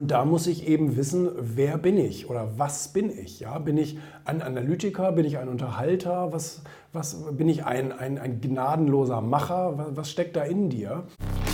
Da muss ich eben wissen, wer bin ich oder was bin ich? Ja? Bin ich ein Analytiker? Bin ich ein Unterhalter? Bin ich ein gnadenloser Macher? Was steckt da in dir?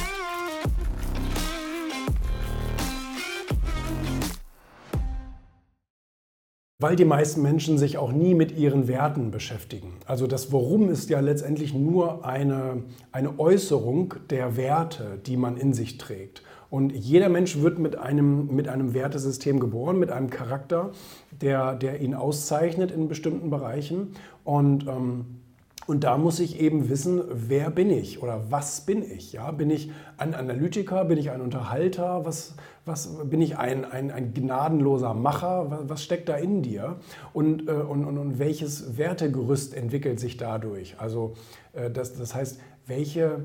Weil die meisten Menschen sich auch nie mit ihren Werten beschäftigen. Also das Warum ist ja letztendlich nur eine Äußerung der Werte, die man in sich trägt. Und jeder Mensch wird mit einem Wertesystem geboren, mit einem Charakter, der ihn auszeichnet in bestimmten Bereichen. Und da muss ich eben wissen, wer bin ich oder was bin ich? Ja? Bin ich ein Analytiker? Bin ich ein Unterhalter? Bin ich ein gnadenloser Macher? Was steckt da in dir? Und welches Wertegerüst entwickelt sich dadurch? Also das heißt, welche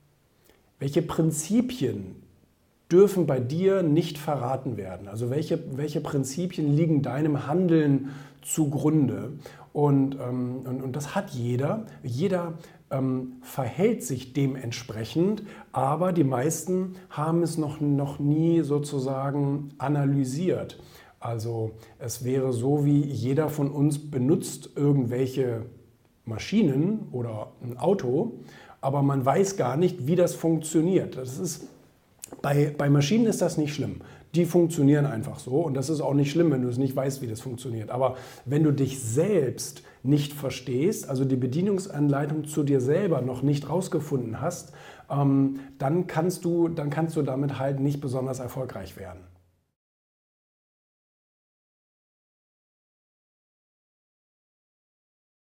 Prinzipien dürfen bei dir nicht verraten werden? Also welche Prinzipien liegen deinem Handeln zugrunde? Und das hat jeder. Jeder verhält sich dementsprechend, aber die meisten haben es noch nie sozusagen analysiert. Also es wäre so, wie jeder von uns benutzt irgendwelche Maschinen oder ein Auto, aber man weiß gar nicht, wie das funktioniert. Bei Maschinen ist das nicht schlimm. Die funktionieren einfach so und das ist auch nicht schlimm, wenn du es nicht weißt, wie das funktioniert. Aber wenn du dich selbst nicht verstehst, also die Bedienungsanleitung zu dir selber noch nicht rausgefunden hast, dann kannst du damit halt nicht besonders erfolgreich werden.